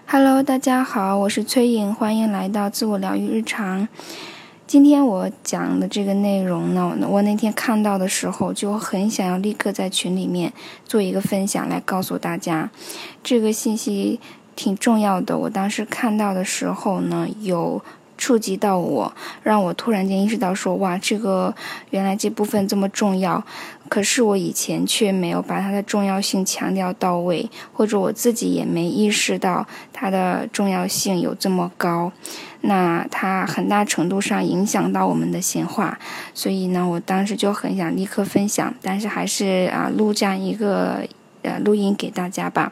Hello， 大家好，我是崔颖，欢迎来到自我疗愈日常。今天我讲的这个内容呢，我那天看到的时候就很想要立刻在群里面做一个分享来告诉大家，这个信息挺重要的。我当时看到的时候呢，有触及到我，让我突然间意识到说，哇，原来这部分这么重要，可是我以前却没有把它的重要性强调到位，或者我自己也没意识到它的重要性有这么高。那它很大程度上影响到我们的显化，所以呢，我当时就很想立刻分享，但是还是录这样一个录音给大家吧。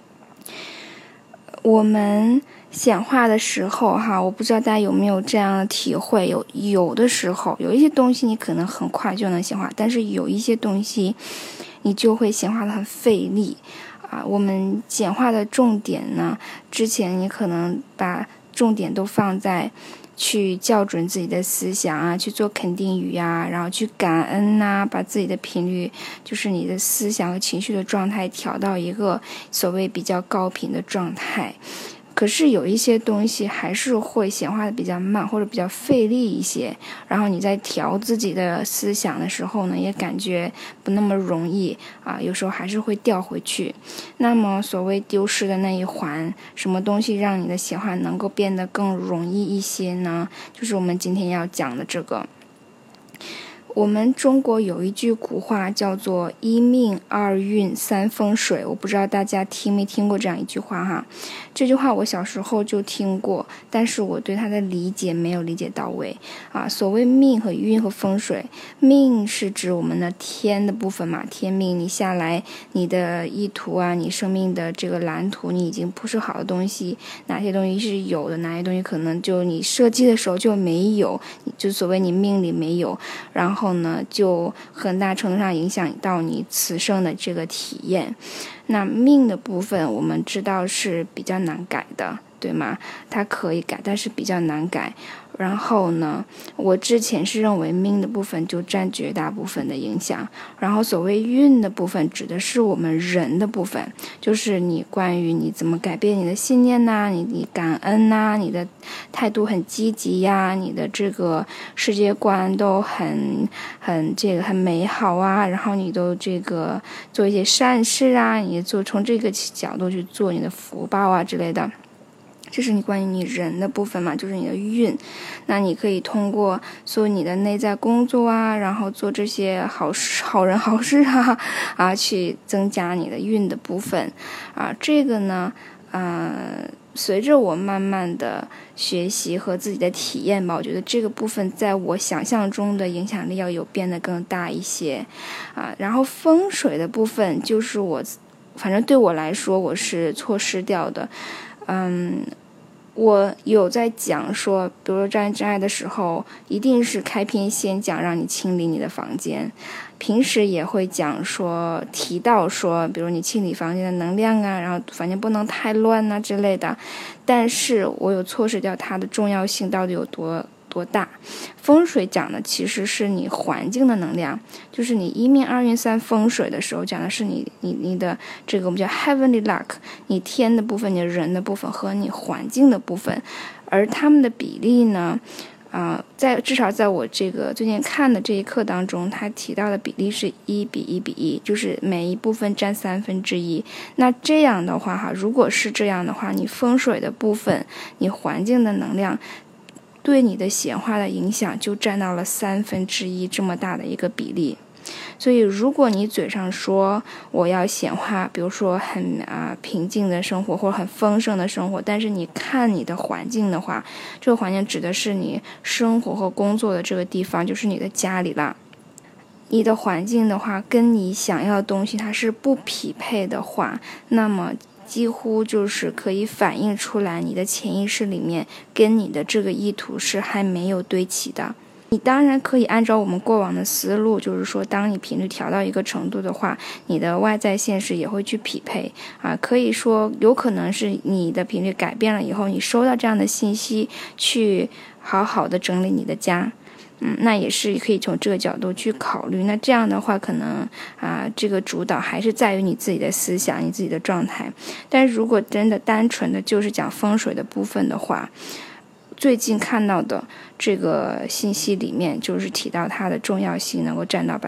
我们显化的时候我不知道大家有没有这样的体会，有的时候有一些东西你可能很快就能显化，但是有一些东西你就会显化的很费力我们显化的重点呢，之前你可能把重点都放在去校准自己的思想去做肯定语然后去感恩把自己的频率，就是你的思想和情绪的状态调到一个所谓比较高频的状态。可是有一些东西还是会显化的比较慢，或者比较费力一些，然后你在调自己的思想的时候呢，也感觉不那么容易有时候还是会掉回去。那么所谓丢失的那一环，什么东西让你的显化能够变得更容易一些呢？就是我们今天要讲的这个。我们中国有一句古话叫做一命二运三风水，我不知道大家听没听过这样一句话这句话我小时候就听过，但是我对它的理解没有理解到位所谓命和运和风水，命是指我们的天的部分天命，你下来你的意图你生命的这个蓝图，你已经铺设好的东西，哪些东西是有的，哪些东西可能就你设计的时候就没有，就所谓你命里没有，然后呢就很大程度上影响到你此生的这个体验。那命的部分我们知道是比较难改的，对吗？它可以改，但是比较难改。然后呢，我之前是认为命的部分就占绝大部分的影响，然后所谓运的部分指的是我们人的部分，就是你关于你怎么改变你的信念你感恩你的态度很积极你的这个世界观都很美好然后你都这个做一些善事你从这个角度去做你的福报之类的。这是你关于你人的部分就是你的运。那你可以通过做你的内在工作然后做这些好人好事去增加你的运的部分这个呢随着我慢慢的学习和自己的体验吧，我觉得这个部分在我想象中的影响力要有变得更大一些然后风水的部分就是反正对我来说我是错失掉的。我有在讲说，比如说障碍真爱的时候，一定是开篇先讲让你清理你的房间，平时也会讲说提到说，比如你清理房间的能量然后房间不能太乱之类的，但是我有错失掉它的重要性到底有多大。风水讲的其实是你环境的能量，就是你一命二运三风水的时候讲的是你的这个我们叫 heavenly luck， 你天的部分，你人的部分和你环境的部分，而他们的比例呢至少在我这个最近看的这一课当中，他提到的比例是1:1:1，就是每一部分占1/3。那这样的话如果是这样的话，你风水的部分，你环境的能量对你的显化的影响就占到了1/3这么大的一个比例。所以如果你嘴上说我要显化，比如说很平静的生活或者很丰盛的生活，但是你看你的环境的话，这个环境指的是你生活和工作的这个地方，就是你的家里啦。你的环境的话跟你想要的东西它是不匹配的话，那么几乎就是可以反映出来你的潜意识里面跟你的这个意图是还没有对齐的。你当然可以按照我们过往的思路，就是说当你频率调到一个程度的话，你的外在现实也会去匹配可以说有可能是你的频率改变了以后，你收到这样的信息去好好的整理你的家。 那也是可以从这个角度去考虑。那这样的话可能这个主导还是在于你自己的思想，你自己的状态。但是如果真的单纯的就是讲风水的部分的话，最近看到的这个信息里面就是提到它的重要性能够占到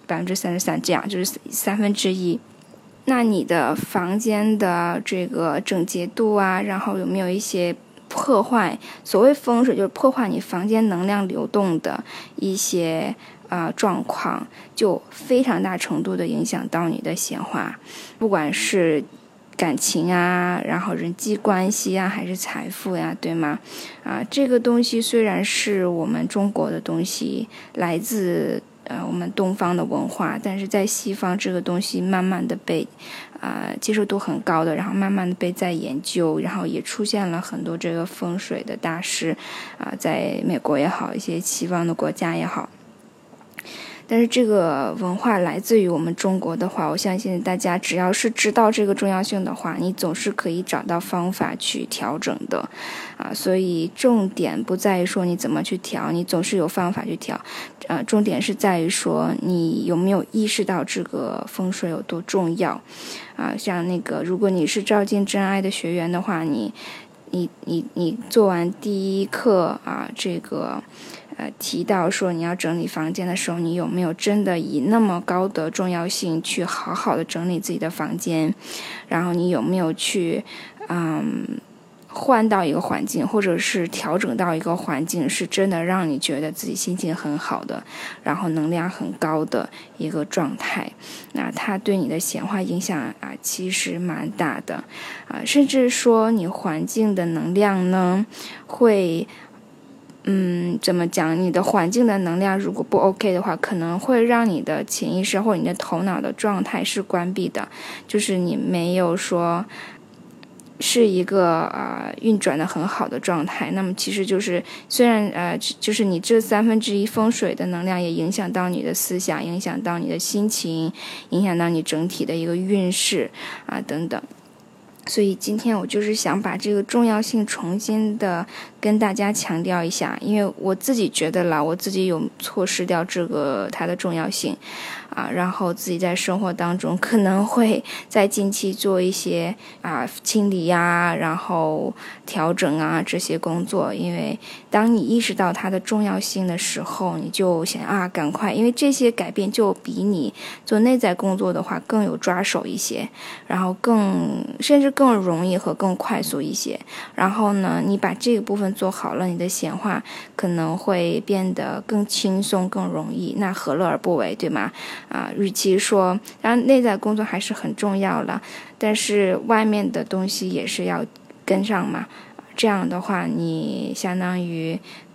33%，这样就是1/3。那你的房间的这个整洁度啊，然后有没有一些破坏，所谓风水就是破坏你房间能量流动的一些状况，就非常大程度的影响到你的显化，不管是感情啊，然后人际关系啊，还是财富呀，对吗？这个东西虽然是我们中国的东西，来自我们东方的文化，但是在西方这个东西慢慢的被接受度很高的，然后慢慢的被在研究，然后也出现了很多这个风水的大师在美国也好，一些西方的国家也好。但是这个文化来自于我们中国的话，我相信大家只要是知道这个重要性的话，你总是可以找到方法去调整的所以重点不在于说你怎么去调，你总是有方法去调重点是在于说你有没有意识到这个风水有多重要像那个如果你是照进真爱的学员的话，你做完第一课这个提到说你要整理房间的时候，你有没有真的以那么高的重要性去好好的整理自己的房间，然后你有没有去换到一个环境，或者是调整到一个环境是真的让你觉得自己心情很好的，然后能量很高的一个状态，那它对你的显化影响其实蛮大的甚至说你环境的能量呢会怎么讲，你的环境的能量如果不 OK 的话，可能会让你的潜意识或你的头脑的状态是关闭的，就是你没有说是一个运转的很好的状态。那么其实就是虽然就是你这1/3风水的能量也影响到你的思想，影响到你的心情，影响到你整体的一个运势等等。所以今天我就是想把这个重要性重新的跟大家强调一下，因为我自己觉得我自己有错失掉它的重要性然后自己在生活当中可能会在近期做一些清理然后调整这些工作，因为当你意识到它的重要性的时候，你就想赶快，因为这些改变就比你做内在工作的话更有抓手一些，然后甚至更容易和更快速一些。然后呢，你把这个部分做好了，你的显化可能会变得更轻松更容易，那何乐而不为，对吗？与其说当然内在工作还是很重要了，但是外面的东西也是要跟上嘛。这样的话你相当于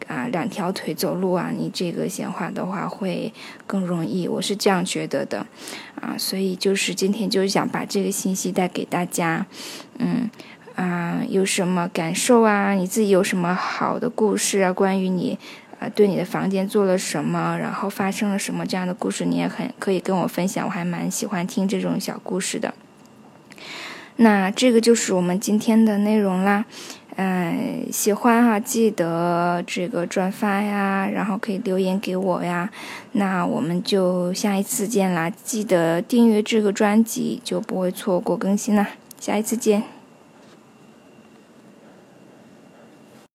2条腿走路你这个显化的话会更容易，我是这样觉得的所以就是今天就是想把这个信息带给大家。有什么感受你自己有什么好的故事关于你对你的房间做了什么，然后发生了什么这样的故事，你也可以跟我分享，我还蛮喜欢听这种小故事的。那这个就是我们今天的内容啦。喜欢记得这个转发然后可以留言给我那我们就下一次见啦，记得订阅这个专辑就不会错过更新啦，下一次见。